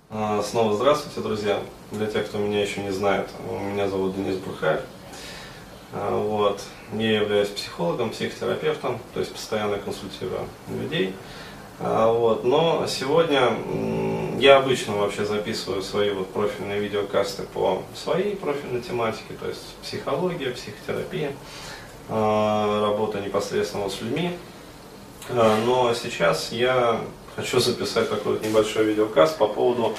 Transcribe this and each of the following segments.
Снова здравствуйте, друзья. Для тех, кто меня еще не знает, меня зовут Денис Бурхаев. Вот. Я являюсь психологом, психотерапевтом, то есть постоянно консультирую людей. Вот. Но сегодня я обычно вообще записываю свои профильные видеокасты по своей профильной тематике, то есть психология, психотерапия, работа непосредственно с людьми. Но сейчас я хочу записать такой небольшой видеокаст по поводу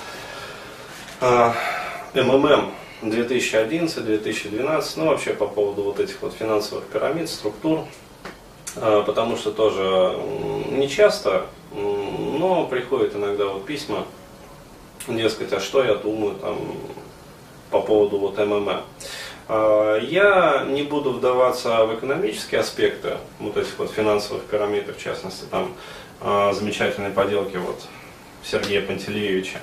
МММ 2011-2012, ну вообще по поводу этих финансовых пирамид, структур, потому что тоже не часто, но приходят иногда письма, дескать, а что я думаю по поводу МММ. Я не буду вдаваться в экономические аспекты этих финансовых пирамид, в частности замечательной поделки Сергея Пантелеевича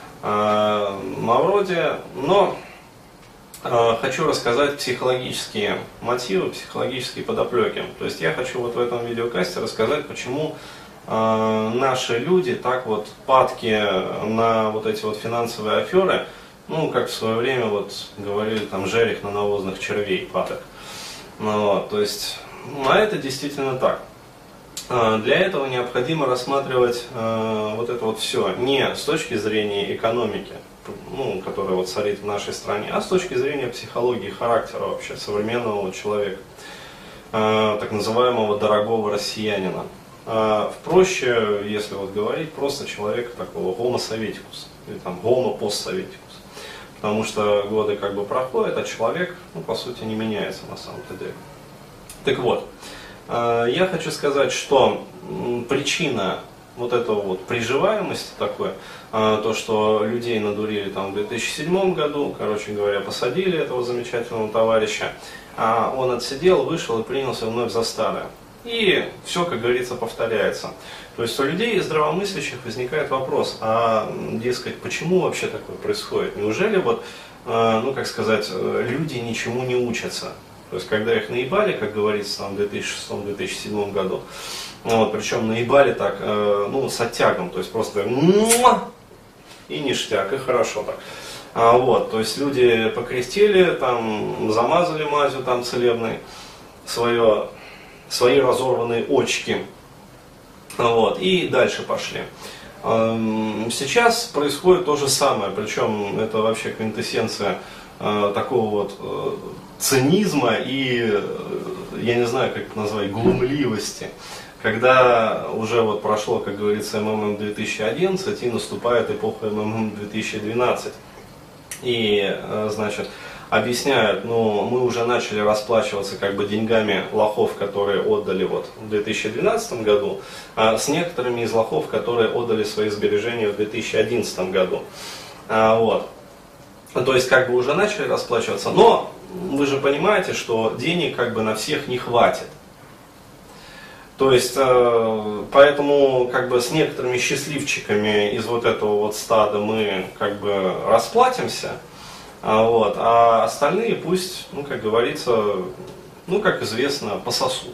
Мавроди, но хочу рассказать психологические мотивы, психологические подоплеки. То есть я хочу в этом видеокасте рассказать, почему наши люди так падки на эти финансовые аферы, как в свое время говорили, жерих на навозных червей падок. То есть, это действительно так. Для этого необходимо рассматривать это все не с точки зрения экономики, которая царит в нашей стране, а с точки зрения психологии, характера вообще современного человека, так называемого дорогого россиянина. Проще, если говорить, просто человека такого homo советикус, или homo post-советикус. Потому что годы проходят, а человек, по сути, не меняется на самом-то деле. Так вот, я хочу сказать, что причина этого приживаемости такой, то, что людей надурили в 2007 году, короче говоря, посадили этого замечательного товарища, а он отсидел, вышел и принялся вновь за старое. И все, как говорится, повторяется. То есть у людей здравомыслящих возникает вопрос, дескать, почему вообще такое происходит? Неужели люди ничему не учатся? То есть когда их наебали, как говорится, в 2006-2007 году, причем наебали так, с оттягом, то есть просто и ништяк, и хорошо так. То есть люди покрестили, замазали мазью целебной свои разорванные очки, и дальше пошли. Сейчас происходит то же самое, причем это вообще квинтэссенция такого цинизма и, я не знаю, как это назвать, глумливости, когда уже прошло, как говорится, МММ 2011 и наступает эпоха МММ 2012. И, объясняют, мы уже начали расплачиваться деньгами лохов, которые отдали в 2012 году, с некоторыми из лохов, которые отдали свои сбережения в 2011 году. То есть уже начали расплачиваться, но вы же понимаете, что денег на всех не хватит. То есть, поэтому с некоторыми счастливчиками из этого стада мы расплатимся, а остальные пусть, как говорится, как известно, пососут.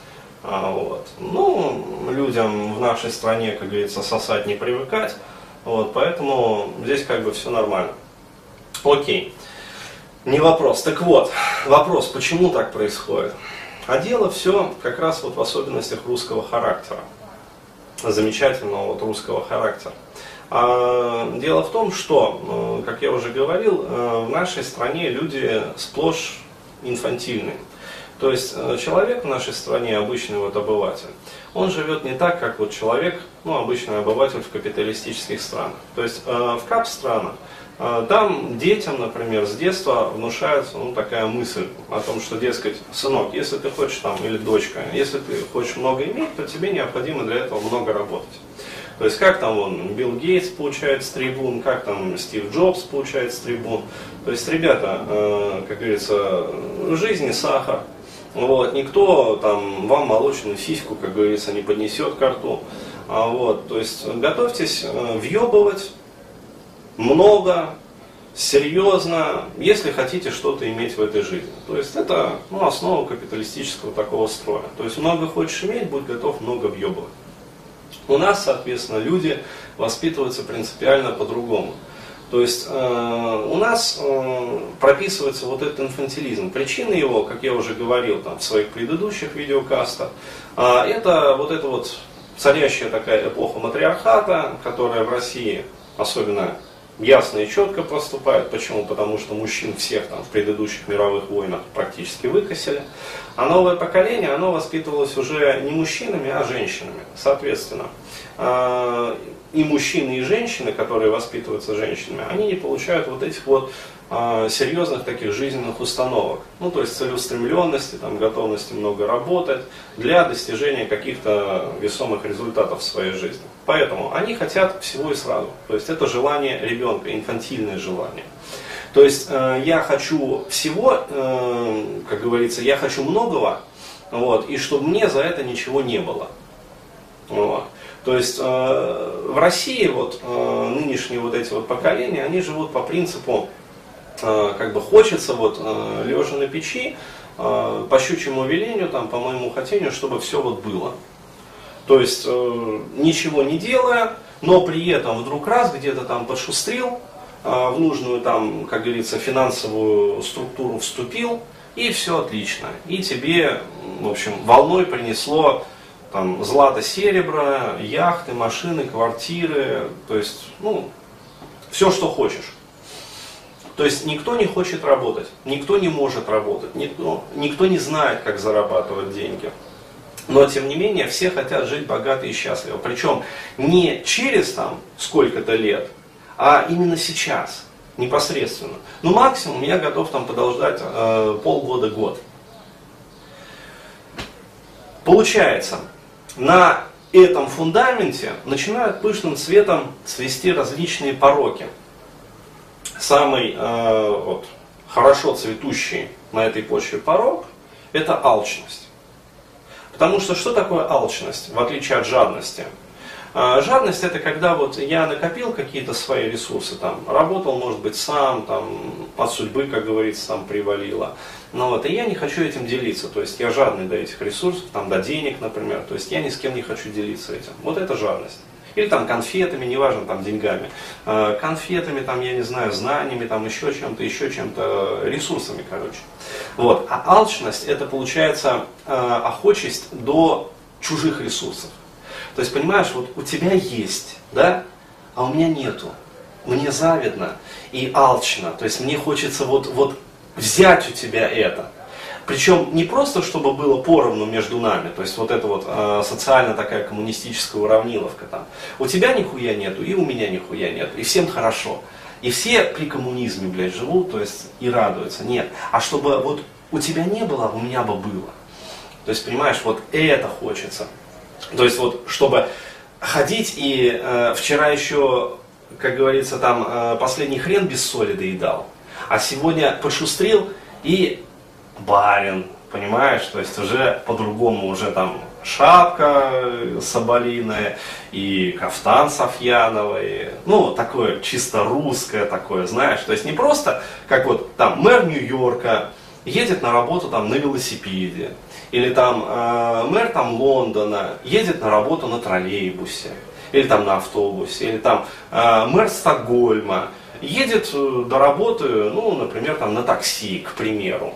Людям в нашей стране, как говорится, сосать не привыкать, поэтому здесь все нормально. Окей, не вопрос. Так вот, вопрос, почему так происходит? А дело все как раз в особенностях русского характера, замечательного русского характера. Дело в том, что, как я уже говорил, в нашей стране люди сплошь инфантильные. То есть человек в нашей стране, обычный обыватель, он живет не так, как человек, обычный обыватель в капиталистических странах. То есть в кап-странах, там детям, например, с детства внушается такая мысль о том, что, дескать, сынок, если ты хочешь или дочка, если ты хочешь много иметь, то тебе необходимо для этого много работать. То есть как Билл Гейтс получает с трибун, как Стив Джобс получает с трибун. То есть, ребята, как говорится, жизнь не сахар. Никто вам молочную сиську, как говорится, не поднесет ко рту. То есть готовьтесь въебывать много, серьезно, если хотите что-то иметь в этой жизни. То есть это основа капиталистического такого строя. То есть много хочешь иметь, будь готов много въебывать. У нас, соответственно, люди воспитываются принципиально по-другому. То есть у нас прописывается вот этот инфантилизм. Причины его, как я уже говорил там, в своих предыдущих видеокастах, это вот царящая такая эпоха матриархата, которая в России особенно ясно и четко проступает. Почему? Потому что мужчин всех там в предыдущих мировых войнах практически выкосили. А новое поколение, оно воспитывалось уже не мужчинами, а женщинами. Соответственно, и мужчины, и женщины, которые воспитываются женщинами, они не получают вот этих вот серьезных таких жизненных установок. Ну, то есть целеустремленности, там, готовности много работать для достижения каких-то весомых результатов в своей жизни. Поэтому они хотят всего и сразу. То есть это желание ребенка, инфантильное желание. То есть я хочу всего, как говорится, я хочу многого, вот, и чтобы мне за это ничего не было. Вот. То есть в России вот, нынешние вот эти вот поколения, они живут по принципу, как бы хочется вот, лежа на печи, по щучьему велению, там, по моему хотению, чтобы все вот было. То есть ничего не делая, но при этом вдруг раз где-то там подшустрил, в нужную там, как говорится, финансовую структуру вступил, и все отлично. И тебе, в общем, волной принесло там злато, серебро, яхты, машины, квартиры, то есть, ну, все, что хочешь. То есть никто не хочет работать, никто не может работать, никто не знает, как зарабатывать деньги. Но, тем не менее, все хотят жить богато и счастливо. Причем не через там сколько-то лет, а именно сейчас, непосредственно. Ну, максимум я готов там подождать полгода-год. Получается, на этом фундаменте начинают пышным цветом цвести различные пороки. Самый вот, хорошо цветущий на этой почве порок – это алчность. Потому что что такое алчность, в отличие от жадности? Жадность – это когда вот я накопил какие-то свои ресурсы, там, работал, может быть, сам, там, от судьбы, как говорится, там, привалило. Но вот, и я не хочу этим делиться, то есть я жадный до этих ресурсов, там, до денег, например, то есть я ни с кем не хочу делиться этим. Вот это жадность. Или там конфетами, неважно, там, деньгами. Конфетами, там, я не знаю, знаниями, там, еще чем-то, ресурсами, короче. Вот. А алчность – это, получается, охочесть до чужих ресурсов. То есть, понимаешь, вот у тебя есть, да, а у меня нету. Мне завидно и алчно. То есть, мне хочется вот взять у тебя это. Причем не просто, чтобы было поровну между нами, то есть вот это вот социально такая коммунистическая уравниловка там. У тебя нихуя нету, и у меня нихуя нету, и всем хорошо. И все при коммунизме, блядь, живут, то есть и радуются. Нет. А чтобы вот у тебя не было, у меня бы было. То есть, понимаешь, вот это хочется. То есть вот, чтобы ходить и вчера еще, как говорится, там последний хрен без соли доедал, а сегодня пошустрил и барин, понимаешь, то есть уже по-другому, уже там шапка соболиная и кафтан софьяновый, ну такое чисто русское такое, знаешь, то есть не просто как вот там мэр Нью-Йорка едет на работу там на велосипеде, или там мэр там Лондона едет на работу на троллейбусе, или там на автобусе, или там мэр Стокгольма едет до работы, ну, например, там на такси, к примеру.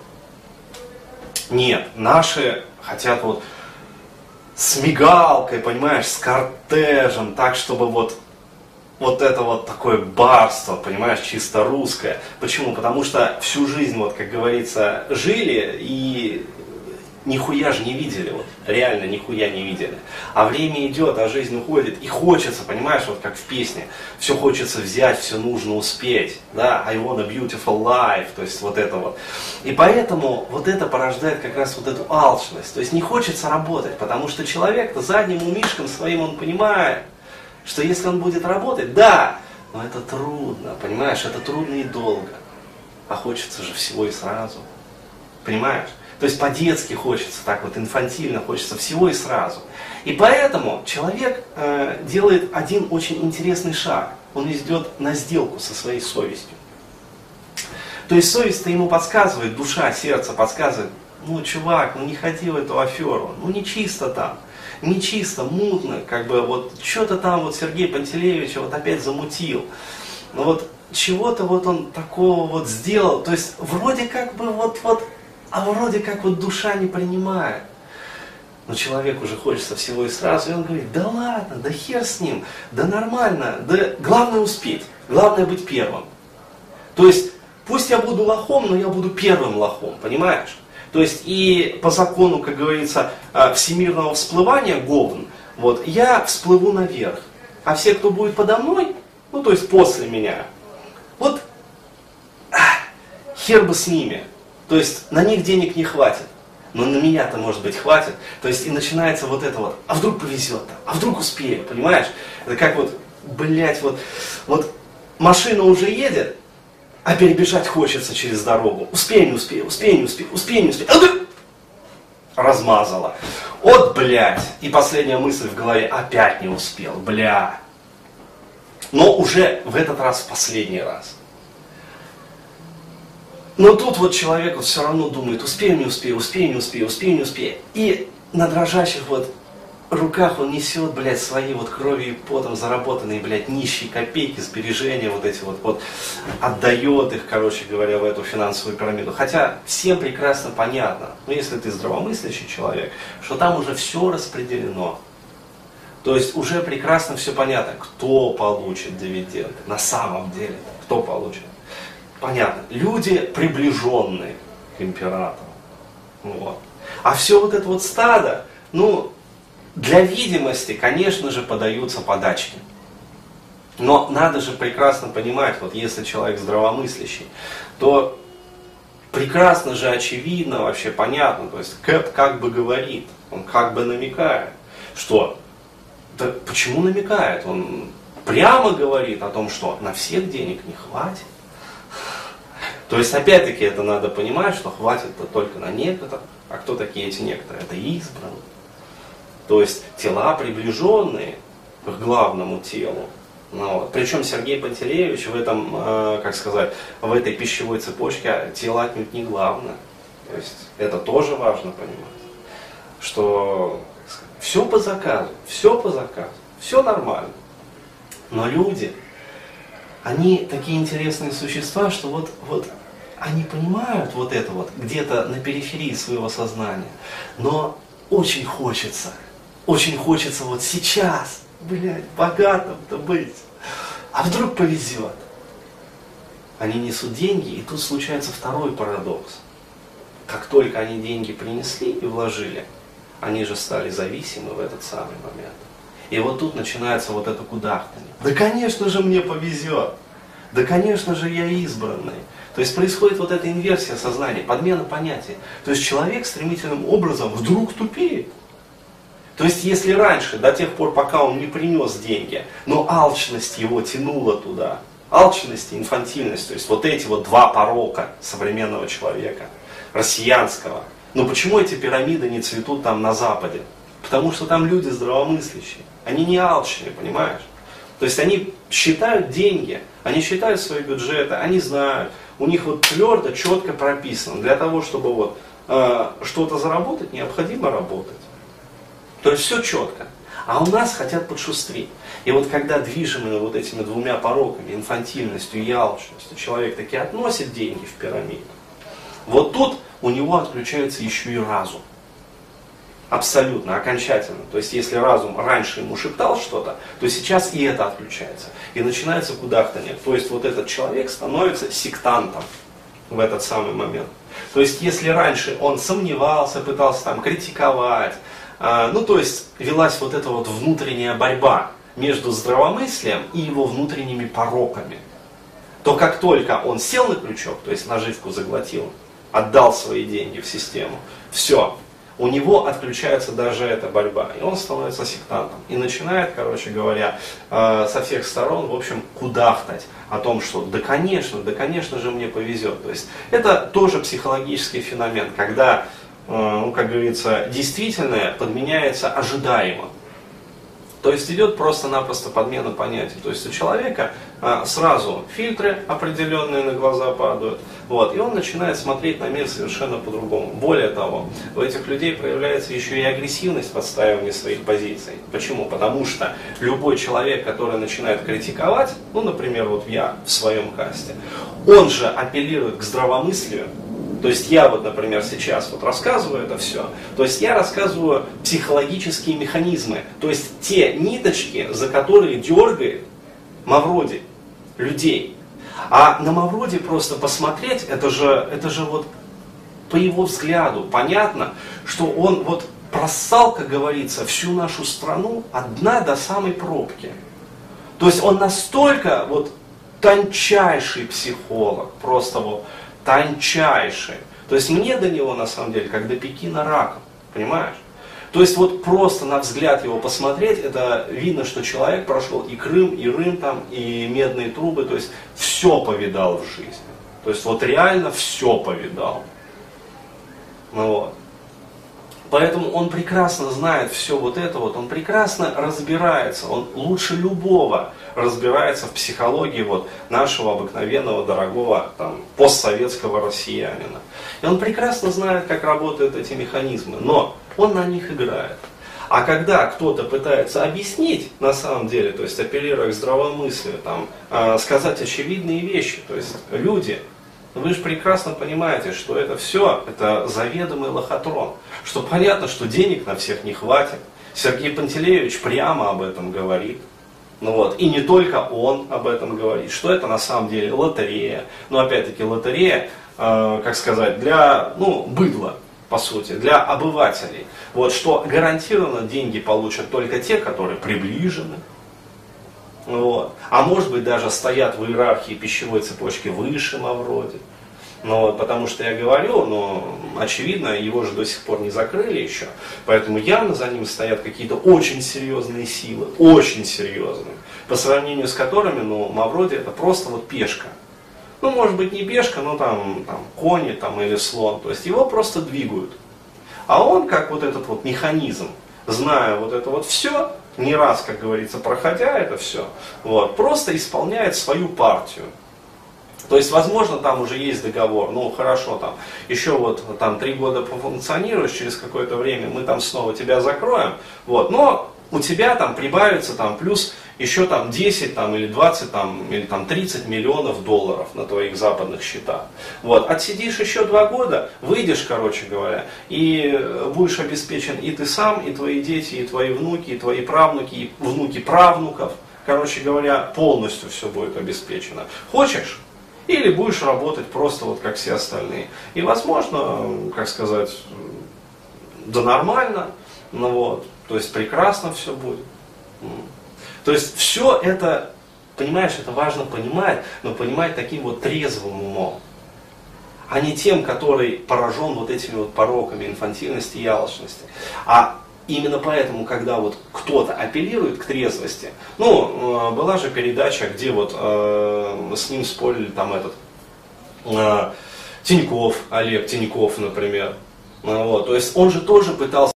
Нет, наши хотят вот с мигалкой, понимаешь, с кортежем, так, чтобы вот это вот такое барство, понимаешь, чисто русское. Почему? Потому что всю жизнь, вот, как говорится, жили и нихуя же не видели, вот, реально нихуя не видели. А время идет, а жизнь уходит, и хочется, понимаешь, вот как в песне, все хочется взять, все нужно успеть, да, I want a beautiful life, то есть вот это вот. И поэтому вот это порождает как раз вот эту алчность, то есть не хочется работать, потому что человек-то задним умишком своим, он понимает, что если он будет работать, да, но это трудно, понимаешь, это трудно и долго, а хочется же всего и сразу, понимаешь? То есть по-детски хочется, так вот инфантильно хочется всего и сразу. И поэтому человек делает один очень интересный шаг. Он идет на сделку со своей совестью. То есть совесть-то ему подсказывает, душа, сердце подсказывает, ну, чувак, ну не ходи в эту аферу, ну не чисто там. нечисто, мутно, как бы вот что-то там вот Сергей Пантелеевич вот опять замутил. Ну вот чего-то вот он такого вот сделал, то есть вроде как бы а вроде как вот душа не принимает. Но человеку уже хочется всего и сразу, и он говорит, да ладно, да хер с ним, да нормально, да главное успеть, главное быть первым. То есть, пусть я буду лохом, но я буду первым лохом, понимаешь? То есть, и по закону, как говорится, всемирного всплывания говн, вот, я всплыву наверх, а все, кто будет подо мной, ну, то есть, после меня, вот, хер бы с ними, то есть, на них денег не хватит. Но на меня-то, может быть, хватит. То есть и начинается вот это вот, а вдруг повезет-то, а вдруг успею, понимаешь? Это как вот, блять, вот машина уже едет, а перебежать хочется через дорогу. Успею, не успею, успею, не успею, успею, не успею. Размазала. Вот, блядь. И последняя мысль в голове, опять не успел, бля. Но уже в этот раз в последний раз. Но тут вот человек вот все равно думает, успею, не успею, успею, не успею, успею, не успею. И на дрожащих вот руках он несет, блядь, свои вот кровью и потом заработанные, блядь, нищие копейки, сбережения вот эти вот отдает их, короче говоря, в эту финансовую пирамиду. Хотя всем прекрасно понятно, ну если ты здравомыслящий человек, что там уже все распределено. То есть уже прекрасно все понятно, кто получит дивиденды, на самом деле, кто получит. Понятно, люди приближенные к императору. Вот. А все вот это вот стадо, ну, для видимости, конечно же, подаются подачки. Но надо же прекрасно понимать, вот если человек здравомыслящий, то прекрасно же очевидно, вообще понятно, то есть Кэп как бы говорит, он как бы намекает, что, да почему намекает? Он прямо говорит о том, что на всех денег не хватит. То есть, опять-таки, это надо понимать, что хватит-то только на некоторых. А кто такие эти некоторые? Это избранные. То есть, тела, приближенные к главному телу. Ну, вот. Причем Сергей Пантелеевич в этом, как сказать, в этой пищевой цепочке тело отнюдь не главное. То есть, это тоже важно понимать. Что, как сказать, все по заказу, все нормально. Но люди, они такие интересные существа, что вот они понимают вот это вот где-то на периферии своего сознания, но очень хочется вот сейчас, блядь, богатым-то быть. А вдруг повезет? Они несут деньги, и тут случается второй парадокс. Как только они деньги принесли и вложили, они же стали зависимы в этот самый момент. И вот тут начинается вот это кудахтанье. Да, конечно же, мне повезет. Да, конечно же, я избранный. То есть происходит вот эта инверсия сознания, подмена понятий. То есть человек стремительным образом вдруг тупеет. То есть если раньше, до тех пор, пока он не принес деньги, но алчность его тянула туда, алчность и инфантильность, то есть вот эти вот два порока современного человека, россиянского. Но почему эти пирамиды не цветут там на Западе? Потому что там люди здравомыслящие. Они не алчные, понимаешь? То есть они считают деньги, они считают свои бюджеты, они знают, у них вот твердо, четко прописано. Для того, чтобы вот что-то заработать, необходимо работать. То есть все четко. А у нас хотят подшустрить. И вот когда движимый вот этими двумя пороками, инфантильностью и алчностью, человек таки относит деньги в пирамиду, вот тут у него отключается еще и разум. Абсолютно, окончательно. То есть, если разум раньше ему шептал что-то, то сейчас и это отключается. И начинается кудахтанье. То есть, вот этот человек становится сектантом в этот самый момент. То есть, если раньше он сомневался, пытался там критиковать, ну, то есть, велась вот эта вот внутренняя борьба между здравомыслием и его внутренними пороками, то как только он сел на крючок, то есть, наживку заглотил, отдал свои деньги в систему, все. У него отключается даже эта борьба, и он становится сектантом. И начинает, короче говоря, со всех сторон, в общем, кудахтать о том, что да, конечно же мне повезет. То есть это тоже психологический феномен, когда, ну, как говорится, действительное подменяется ожидаемым. То есть идет просто-напросто подмена понятий. То есть у человека сразу фильтры определенные на глаза падают, вот, и он начинает смотреть на мир совершенно по-другому. Более того, у этих людей проявляется еще и агрессивность в отстаивании своих позиций. Почему? Потому что любой человек, который начинает критиковать, ну, например, вот я в своем касте, он же апеллирует к здравомыслию. То есть я вот, например, сейчас вот рассказываю это все, то есть я рассказываю психологические механизмы, то есть те ниточки, за которые дергает Мавроди людей. А на Мавроди просто посмотреть, это же вот по его взгляду понятно, что он вот проссал, как говорится, всю нашу страну от дна до самой пробки. То есть он настолько вот тончайший психолог, просто вот тончайший. То есть мне до него на самом деле как до Пекина раком, понимаешь? То есть вот просто на взгляд его посмотреть, это видно, что человек прошел и Крым, и Рым там, и медные трубы, то есть все повидал в жизни. То есть вот реально все повидал. Ну вот. Поэтому он прекрасно знает все вот это вот, он прекрасно разбирается, он лучше любого разбирается в психологии вот нашего обыкновенного, дорогого, там, постсоветского россиянина. И он прекрасно знает, как работают эти механизмы, но он на них играет. А когда кто-то пытается объяснить, на самом деле, то есть апеллируя к здравомыслию, там, сказать очевидные вещи, то есть люди, вы же прекрасно понимаете, что это все, это заведомый лохотрон. Что понятно, что денег на всех не хватит. Сергей Пантелеевич прямо об этом говорит. Ну вот. И не только он об этом говорит, что это на самом деле лотерея. Но опять-таки лотерея, как сказать, для быдла, по сути, для обывателей. Вот, что гарантированно деньги получат только те, которые приближены. Вот. А может быть даже стоят в иерархии пищевой цепочки выше Мавроди. Вот, потому что я говорю, но очевидно, его же до сих пор не закрыли еще. Поэтому явно за ним стоят какие-то очень серьезные силы, очень серьезные. По сравнению с которыми, Мавроди это просто вот пешка. Ну, может быть не пешка, но там кони там, или слон. То есть его просто двигают. А он, как вот этот вот механизм, зная вот это вот все, не раз, как говорится, проходя это все, вот, просто исполняет свою партию. То есть, возможно, там уже есть договор, хорошо, там, еще вот там 3 года пофункционируешь, через какое-то время мы там снова тебя закроем, вот, но у тебя там прибавится там плюс еще там 10 там, или 20 там, или там 30 миллионов долларов на твоих западных счетах. Вот. Отсидишь еще 2 года, выйдешь, короче говоря, и будешь обеспечен и ты сам, и твои дети, и твои внуки, и твои правнуки, и внуки правнуков. Короче говоря, полностью все будет обеспечено. Хочешь? Или будешь работать просто вот как все остальные. И возможно, как сказать, да нормально, вот, то есть прекрасно все будет. То есть все это, понимаешь, это важно понимать, но понимать таким вот трезвым умом. А не тем, который поражен вот этими вот пороками инфантильности и алчности. А именно поэтому, когда вот кто-то апеллирует к трезвости, была же передача, где вот с ним спорили там Тиньков, Олег Тиньков, например. Вот, то есть он же тоже